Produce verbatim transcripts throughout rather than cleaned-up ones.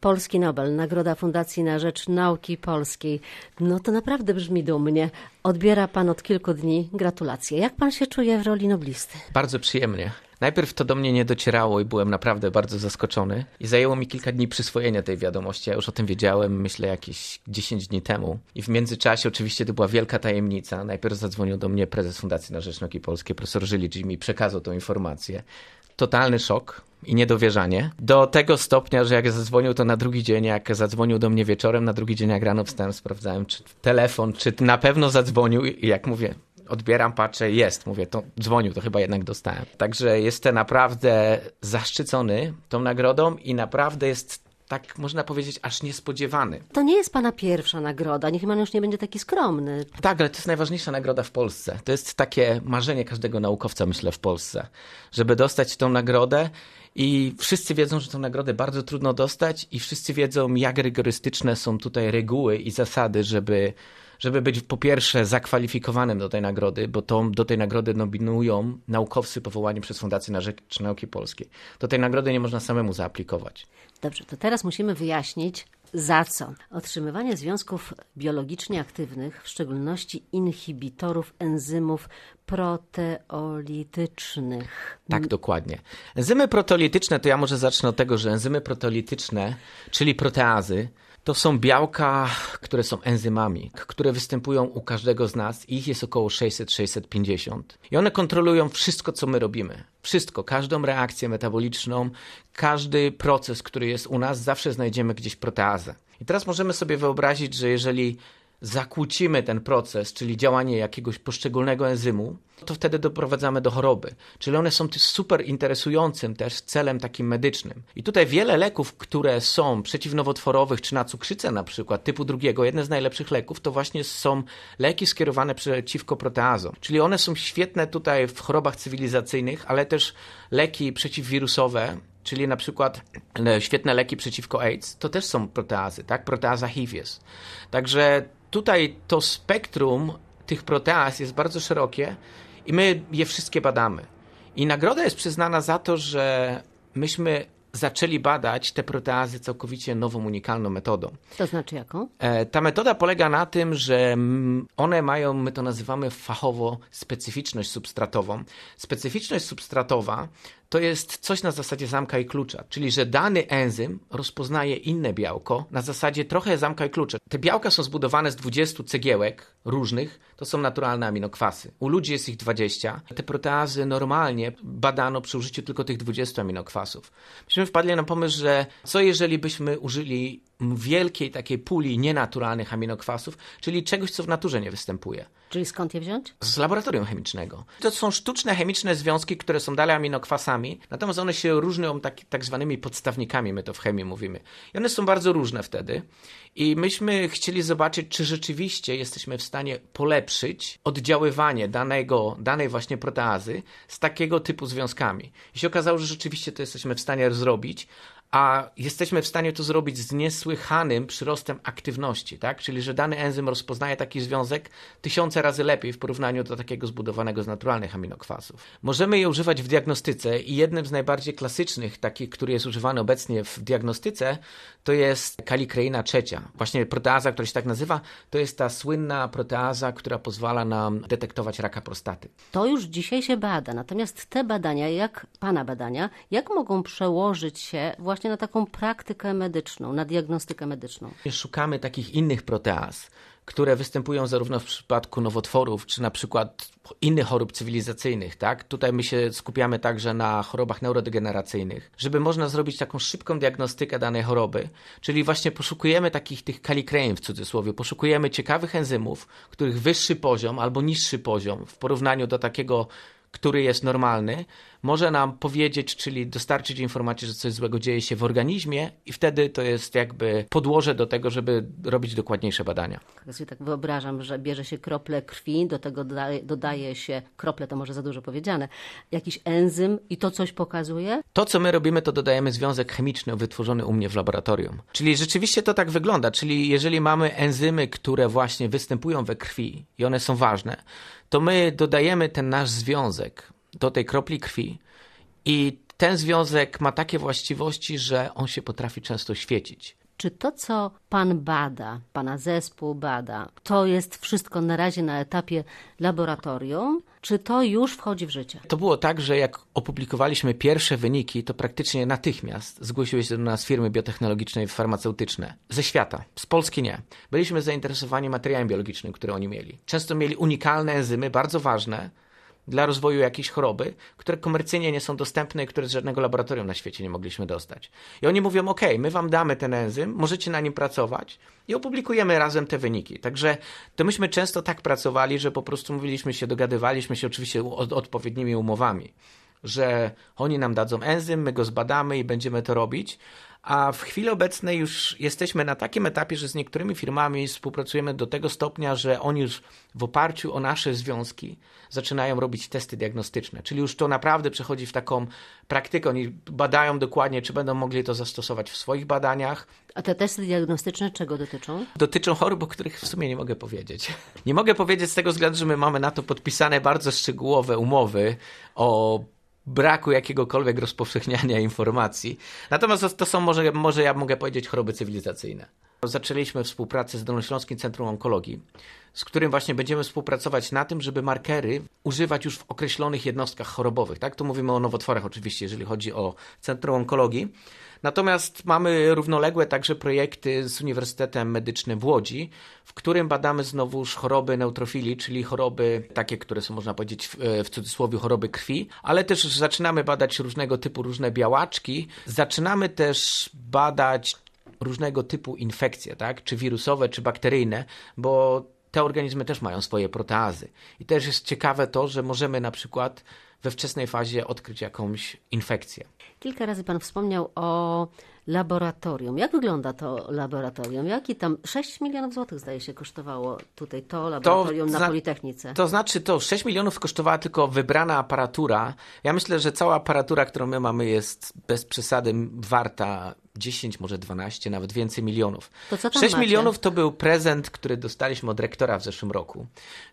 Polski Nobel, Nagroda Fundacji na Rzecz Nauki Polskiej. No to naprawdę brzmi dumnie. Odbiera pan od kilku dni. Gratulacje. Jak pan się czuje w roli noblisty? Bardzo przyjemnie. Najpierw to do mnie nie docierało i byłem naprawdę bardzo zaskoczony. I zajęło mi kilka dni przyswojenia tej wiadomości. Ja już o tym wiedziałem, myślę, jakieś dziesięć dni temu. I w międzyczasie oczywiście to była wielka tajemnica. Najpierw zadzwonił do mnie prezes Fundacji na Rzecz Nauki Polskiej, profesor Żylicz, i mi przekazał tą informację. Totalny szok i niedowierzanie. Do tego stopnia, że jak zadzwonił to na drugi dzień, jak zadzwonił do mnie wieczorem, na drugi dzień jak rano wstałem, sprawdzałem czy telefon, czy na pewno zadzwonił i jak mówię, odbieram, patrzę, jest, mówię, to dzwonił, to chyba jednak dostałem. Także jestem naprawdę zaszczycony tą nagrodą i naprawdę jest, tak można powiedzieć, aż niespodziewany. To nie jest pana pierwsza nagroda, niech pan już nie będzie taki skromny. Tak, ale to jest najważniejsza nagroda w Polsce. To jest takie marzenie każdego naukowca, myślę, w Polsce, żeby dostać tą nagrodę. I wszyscy wiedzą, że tę nagrodę bardzo trudno dostać i wszyscy wiedzą, jak rygorystyczne są tutaj reguły i zasady, żeby, żeby być po pierwsze zakwalifikowanym do tej nagrody, bo to, do tej nagrody nominują naukowcy powołani przez Fundację na Rzecz Nauki Polskiej. Do tej nagrody nie można samemu zaaplikować. Dobrze, to teraz musimy wyjaśnić, za co. Otrzymywanie związków biologicznie aktywnych, w szczególności inhibitorów enzymów proteolitycznych. Tak, dokładnie. Enzymy proteolityczne, to ja może zacznę od tego, że enzymy proteolityczne, czyli proteazy, to są białka, które są enzymami, które występują u każdego z nas. Ich jest około sześćset do sześćset pięćdziesięciu. I one kontrolują wszystko, co my robimy. Wszystko, każdą reakcję metaboliczną, każdy proces, który jest u nas, zawsze znajdziemy gdzieś proteazę. I teraz możemy sobie wyobrazić, że jeżeli zakłócimy ten proces, czyli działanie jakiegoś poszczególnego enzymu, to wtedy doprowadzamy do choroby. Czyli one są super interesującym też celem takim medycznym. I tutaj wiele leków, które są przeciwnowotworowych, czy na cukrzycę na przykład, typu drugiego, jedne z najlepszych leków, to właśnie są leki skierowane przeciwko proteazom. Czyli one są świetne tutaj w chorobach cywilizacyjnych, ale też leki przeciwwirusowe, czyli na przykład świetne leki przeciwko AIDS, to też są proteazy, tak? Proteaza H I V jest. Także tutaj to spektrum tych proteaz jest bardzo szerokie i my je wszystkie badamy. I nagroda jest przyznana za to, że myśmy zaczęli badać te proteazy całkowicie nową, unikalną metodą. To znaczy jaką? Ta metoda polega na tym, że one mają, my to nazywamy fachowo, specyficzność substratową. Specyficzność substratowa to jest coś na zasadzie zamka i klucza, czyli że dany enzym rozpoznaje inne białko na zasadzie trochę zamka i klucza. Te białka są zbudowane z dwudziestu cegiełek różnych, to są naturalne aminokwasy. U ludzi jest ich dwadzieścia. Te proteazy normalnie badano przy użyciu tylko tych dwudziestu aminokwasów. Myśmy wpadli na pomysł, że co jeżeli byśmy użyli wielkiej takiej puli nienaturalnych aminokwasów, czyli czegoś, co w naturze nie występuje. Czyli skąd je wziąć? Z laboratorium chemicznego. To są sztuczne chemiczne związki, które są dalej aminokwasami, natomiast one się różnią tak, tak zwanymi podstawnikami, my to w chemii mówimy. I one są bardzo różne wtedy. I myśmy chcieli zobaczyć, czy rzeczywiście jesteśmy w stanie polepszyć oddziaływanie danego, danej właśnie proteazy z takiego typu związkami. I się okazało, że rzeczywiście to jesteśmy w stanie zrobić, a jesteśmy w stanie to zrobić z niesłychanym przyrostem aktywności, tak? Czyli że dany enzym rozpoznaje taki związek tysiące razy lepiej w porównaniu do takiego zbudowanego z naturalnych aminokwasów. Możemy je używać w diagnostyce i jednym z najbardziej klasycznych, takich, który jest używany obecnie w diagnostyce, to jest kalikreina trzecia. Właśnie proteaza, która się tak nazywa, to jest ta słynna proteaza, która pozwala nam detektować raka prostaty. To już dzisiaj się bada, natomiast te badania, jak pana badania, jak mogą przełożyć się właśnie na taką praktykę medyczną, na diagnostykę medyczną? Szukamy takich innych proteaz, które występują zarówno w przypadku nowotworów, czy na przykład innych chorób cywilizacyjnych, tak? Tutaj my się skupiamy także na chorobach neurodegeneracyjnych, żeby można zrobić taką szybką diagnostykę danej choroby, czyli właśnie poszukujemy takich tych kalikrein w cudzysłowie, poszukujemy ciekawych enzymów, których wyższy poziom albo niższy poziom w porównaniu do takiego, który jest normalny, może nam powiedzieć, czyli dostarczyć informację, że coś złego dzieje się w organizmie i wtedy to jest jakby podłoże do tego, żeby robić dokładniejsze badania. Ja sobie tak wyobrażam, że bierze się krople krwi, do tego dodaje, dodaje się, krople to może za dużo powiedziane, jakiś enzym i to coś pokazuje? To, co my robimy, to dodajemy związek chemiczny wytworzony u mnie w laboratorium. Czyli rzeczywiście to tak wygląda, czyli jeżeli mamy enzymy, które właśnie występują we krwi i one są ważne, to my dodajemy ten nasz związek do tej kropli krwi i ten związek ma takie właściwości, że on się potrafi często świecić. Czy to, co pan bada, pana zespół bada, to jest wszystko na razie na etapie laboratorium, czy to już wchodzi w życie? To było tak, że jak opublikowaliśmy pierwsze wyniki, to praktycznie natychmiast zgłosiły się do nas firmy biotechnologiczne i farmaceutyczne ze świata, z Polski nie. Byliśmy zainteresowani materiałem biologicznym, który oni mieli. Często mieli unikalne enzymy, bardzo ważne dla rozwoju jakiejś choroby, które komercyjnie nie są dostępne i które z żadnego laboratorium na świecie nie mogliśmy dostać. I oni mówią, ok, my wam damy ten enzym, możecie na nim pracować i opublikujemy razem te wyniki. Także to myśmy często tak pracowali, że po prostu mówiliśmy się, dogadywaliśmy się oczywiście od odpowiednimi umowami, że oni nam dadzą enzym, my go zbadamy i będziemy to robić. A w chwili obecnej już jesteśmy na takim etapie, że z niektórymi firmami współpracujemy do tego stopnia, że oni już w oparciu o nasze związki zaczynają robić testy diagnostyczne. Czyli już to naprawdę przechodzi w taką praktykę. Oni badają dokładnie, czy będą mogli to zastosować w swoich badaniach. A te testy diagnostyczne czego dotyczą? Dotyczą chorób, o których w sumie nie mogę powiedzieć. Nie mogę powiedzieć z tego względu, że my mamy na to podpisane bardzo szczegółowe umowy o braku jakiegokolwiek rozpowszechniania informacji. Natomiast to są, może, może ja mogę powiedzieć, choroby cywilizacyjne. Zaczęliśmy współpracę z Dolnośląskim Centrum Onkologii, z którym właśnie będziemy współpracować na tym, żeby markery używać już w określonych jednostkach chorobowych. Tak? Tu mówimy o nowotworach oczywiście, jeżeli chodzi o Centrum Onkologii. Natomiast mamy równoległe także projekty z Uniwersytetem Medycznym w Łodzi, w którym badamy znowuż choroby neutrofilii, czyli choroby takie, które są, można powiedzieć, w, w cudzysłowie choroby krwi, ale też zaczynamy badać różnego typu różne białaczki. Zaczynamy też badać różnego typu infekcje, tak? Czy wirusowe, czy bakteryjne, bo te organizmy też mają swoje proteazy. I też jest ciekawe to, że możemy na przykład we wczesnej fazie odkryć jakąś infekcję. Kilka razy pan wspomniał o laboratorium. Jak wygląda to laboratorium? Jaki tam sześć milionów złotych zdaje się kosztowało tutaj to laboratorium to na zna- Politechnice? To znaczy to sześć milionów kosztowała tylko wybrana aparatura. Ja myślę, że cała aparatura, którą my mamy, jest bez przesady warta dziesięć, może dwanaście, nawet więcej milionów. To co tam sześć macie? milionów to był prezent, który dostaliśmy od rektora w zeszłym roku,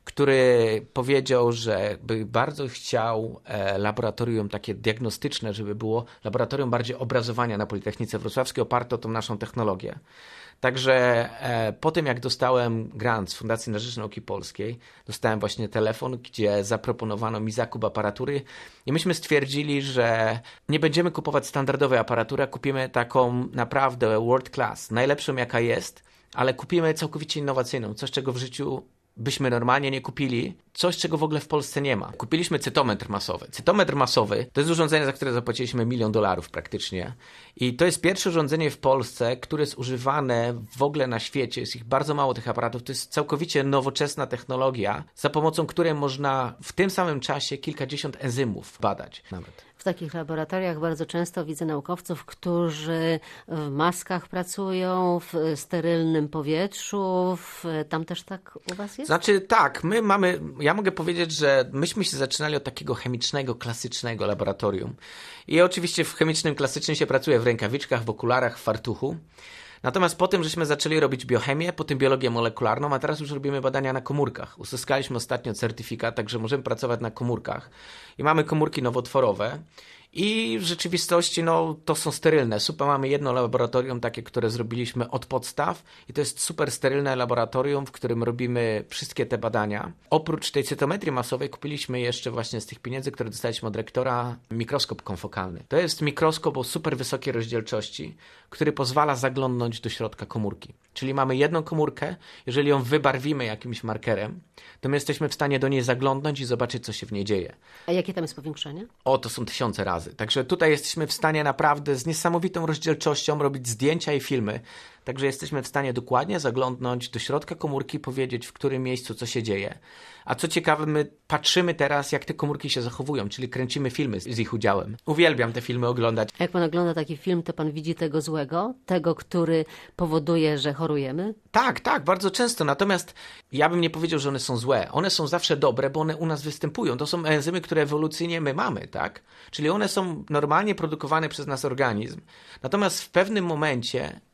który powiedział, że by bardzo chciał e, laboratorium takie diagnostyczne, żeby było laboratorium bardziej obrazowania na Politechnice Wrocławskiej oparte o tą naszą technologię. Także e, po tym, jak dostałem grant z Fundacji na Rzecz Nauki Polskiej, dostałem właśnie telefon, gdzie zaproponowano mi zakup aparatury i myśmy stwierdzili, że nie będziemy kupować standardowej aparatury, a kupimy taką naprawdę world class, najlepszą jaka jest, ale kupimy całkowicie innowacyjną, coś czego w życiu byśmy normalnie nie kupili, coś czego w ogóle w Polsce nie ma. Kupiliśmy cytometr masowy. Cytometr masowy to jest urządzenie, za które zapłaciliśmy milion dolarów praktycznie i to jest pierwsze urządzenie w Polsce, które jest używane w ogóle na świecie. Jest ich bardzo mało, tych aparatów. To jest całkowicie nowoczesna technologia, za pomocą której można w tym samym czasie kilkadziesiąt enzymów badać nawet. W takich laboratoriach bardzo często widzę naukowców, którzy w maskach pracują, w sterylnym powietrzu. W... Tam też tak u was jest? Znaczy tak, my mamy, ja mogę powiedzieć, że myśmy się zaczynali od takiego chemicznego, klasycznego laboratorium. I oczywiście w chemicznym, klasycznym się pracuje w rękawiczkach, w okularach, w fartuchu. Natomiast po tym, żeśmy zaczęli robić biochemię, potem biologię molekularną, a teraz już robimy badania na komórkach. Uzyskaliśmy ostatnio certyfikat, także możemy pracować na komórkach. I mamy komórki nowotworowe. I w rzeczywistości no, to są sterylne. Super, mamy jedno laboratorium takie, które zrobiliśmy od podstaw i to jest super sterylne laboratorium, w którym robimy wszystkie te badania. Oprócz tej cytometrii masowej kupiliśmy jeszcze właśnie z tych pieniędzy, które dostaliśmy od rektora, mikroskop konfokalny. To jest mikroskop o super wysokiej rozdzielczości, który pozwala zaglądnąć do środka komórki. Czyli mamy jedną komórkę, jeżeli ją wybarwimy jakimś markerem, to my jesteśmy w stanie do niej zaglądnąć i zobaczyć, co się w niej dzieje. A jakie tam jest powiększenie? O, to są tysiące razy. Także tutaj jesteśmy w stanie naprawdę z niesamowitą rozdzielczością robić zdjęcia i filmy. Także jesteśmy w stanie dokładnie zaglądnąć do środka komórki i powiedzieć, w którym miejscu co się dzieje. A co ciekawe, my patrzymy teraz, jak te komórki się zachowują, czyli kręcimy filmy z ich udziałem. Uwielbiam te filmy oglądać. A jak pan ogląda taki film, to pan widzi tego złego? Tego, który powoduje, że chorujemy? Tak, tak, bardzo często. Natomiast ja bym nie powiedział, że one są złe. One są zawsze dobre, bo one u nas występują. To są enzymy, które ewolucyjnie my mamy, tak? Czyli one są normalnie produkowane przez nas organizm. Natomiast w pewnym momencie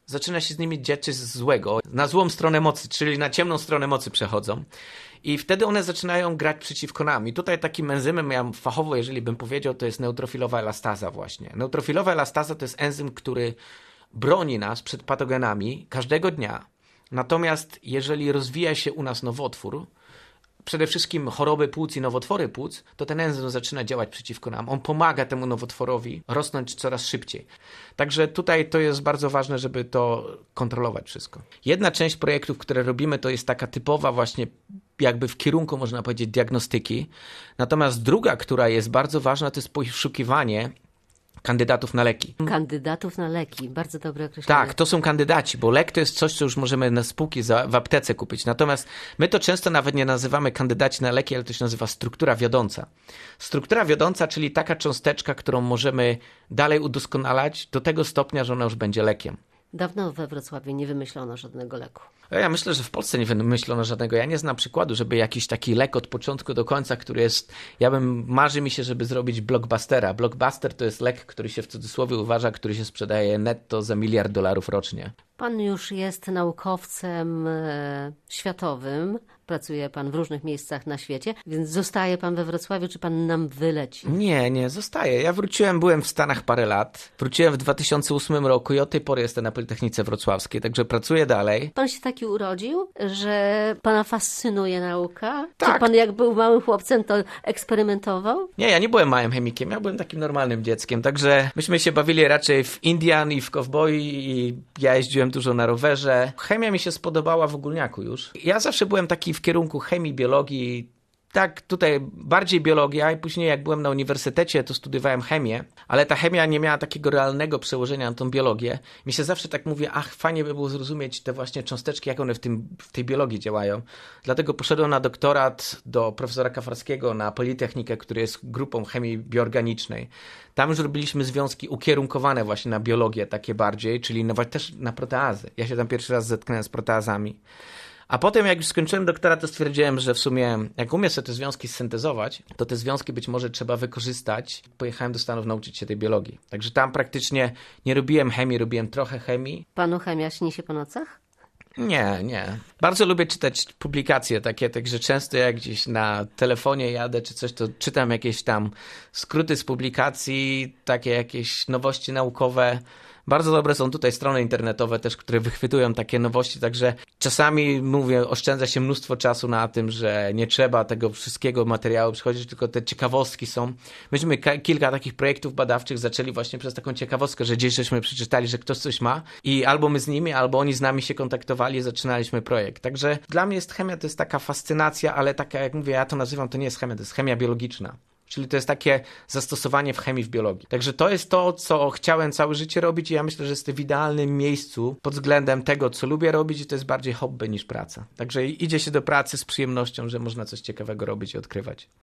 zaczyna się z nimi dziać coś złego, na złą stronę mocy, czyli na ciemną stronę mocy przechodzą. I wtedy one zaczynają grać przeciwko nam. I tutaj takim enzymem, ja fachowo, jeżeli bym powiedział, to jest neutrofilowa elastaza właśnie. Neutrofilowa elastaza to jest enzym, który broni nas przed patogenami każdego dnia. Natomiast jeżeli rozwija się u nas nowotwór, przede wszystkim choroby płuc i nowotwory płuc, to ten enzym zaczyna działać przeciwko nam. On pomaga temu nowotworowi rosnąć coraz szybciej. Także tutaj to jest bardzo ważne, żeby to kontrolować wszystko. Jedna część projektów, które robimy, to jest taka typowa właśnie jakby w kierunku, można powiedzieć, diagnostyki. Natomiast druga, która jest bardzo ważna, to jest poszukiwanie kandydatów na leki. Kandydatów na leki, bardzo dobre określenie. Tak, to są kandydaci, bo lek to jest coś, co już możemy na spółki za, w aptece kupić. Natomiast my to często nawet nie nazywamy kandydaci na leki, ale to się nazywa struktura wiodąca. Struktura wiodąca, czyli taka cząsteczka, którą możemy dalej udoskonalać do tego stopnia, że ona już będzie lekiem. Dawno we Wrocławiu nie wymyślono żadnego leku. Ja myślę, że w Polsce nie wymyślono żadnego. Ja nie znam przykładu, żeby jakiś taki lek od początku do końca, który jest... Ja bym... Marzy mi się, żeby zrobić blockbustera. Blockbuster to jest lek, który się w cudzysłowie uważa, który się sprzedaje netto za miliard dolarów rocznie. Pan już jest naukowcem e, światowym. Pracuje pan w różnych miejscach na świecie, więc zostaje pan we Wrocławiu, czy pan nam wyleci? Nie, nie, zostaję. Ja wróciłem, byłem w Stanach parę lat. Wróciłem w dwa tysiące ósmym roku i od tej pory jestem na Politechnice Wrocławskiej, także pracuję dalej. Pan się taki urodził, że pana fascynuje nauka? Tak. Czy pan jak był małym chłopcem, to eksperymentował? Nie, ja nie byłem małym chemikiem, ja byłem takim normalnym dzieckiem, także myśmy się bawili raczej w Indian i w kowboi i ja jeździłem dużo na rowerze. Chemia mi się spodobała w ogólniaku już. Ja zawsze byłem taki w kierunku chemii, biologii, tak tutaj bardziej biologia i później jak byłem na uniwersytecie, to studiowałem chemię, ale ta chemia nie miała takiego realnego przełożenia na tą biologię. Mi się zawsze tak mówię, ach, fajnie by było zrozumieć te właśnie cząsteczki, jak one w, tym, w tej biologii działają. Dlatego poszedłem na doktorat do profesora Kafarskiego na Politechnikę, który jest grupą chemii bioorganicznej. Tam już robiliśmy związki ukierunkowane właśnie na biologię takie bardziej, czyli nawet też na proteazy. Ja się tam pierwszy raz zetknąłem z proteazami. A potem jak już skończyłem doktorat, to stwierdziłem, że w sumie jak umiem sobie te związki syntezować, to te związki być może trzeba wykorzystać. Pojechałem do Stanów nauczyć się tej biologii. Także tam praktycznie nie robiłem chemii, robiłem trochę chemii. Panu chemia śni się po nocach? Nie, nie. Bardzo lubię czytać publikacje takie, także często jak gdzieś na telefonie jadę czy coś, to czytam jakieś tam skróty z publikacji, takie jakieś nowości naukowe. Bardzo dobre są tutaj strony internetowe też, które wychwytują takie nowości, także czasami, mówię, oszczędza się mnóstwo czasu na tym, że nie trzeba tego wszystkiego materiału przychodzić, tylko te ciekawostki są. Myśmy ka- kilka takich projektów badawczych zaczęli właśnie przez taką ciekawostkę, że gdzieś żeśmy przeczytali, że ktoś coś ma i albo my z nimi, albo oni z nami się kontaktowali i zaczynaliśmy projekt. Także dla mnie jest chemia, to jest taka fascynacja, ale taka, jak mówię, ja to nazywam, to nie jest chemia, to jest chemia biologiczna. Czyli to jest takie zastosowanie w chemii, w biologii. Także to jest to, co chciałem całe życie robić i ja myślę, że jestem w idealnym miejscu pod względem tego, co lubię robić i to jest bardziej hobby niż praca. Także idzie się do pracy z przyjemnością, że można coś ciekawego robić i odkrywać.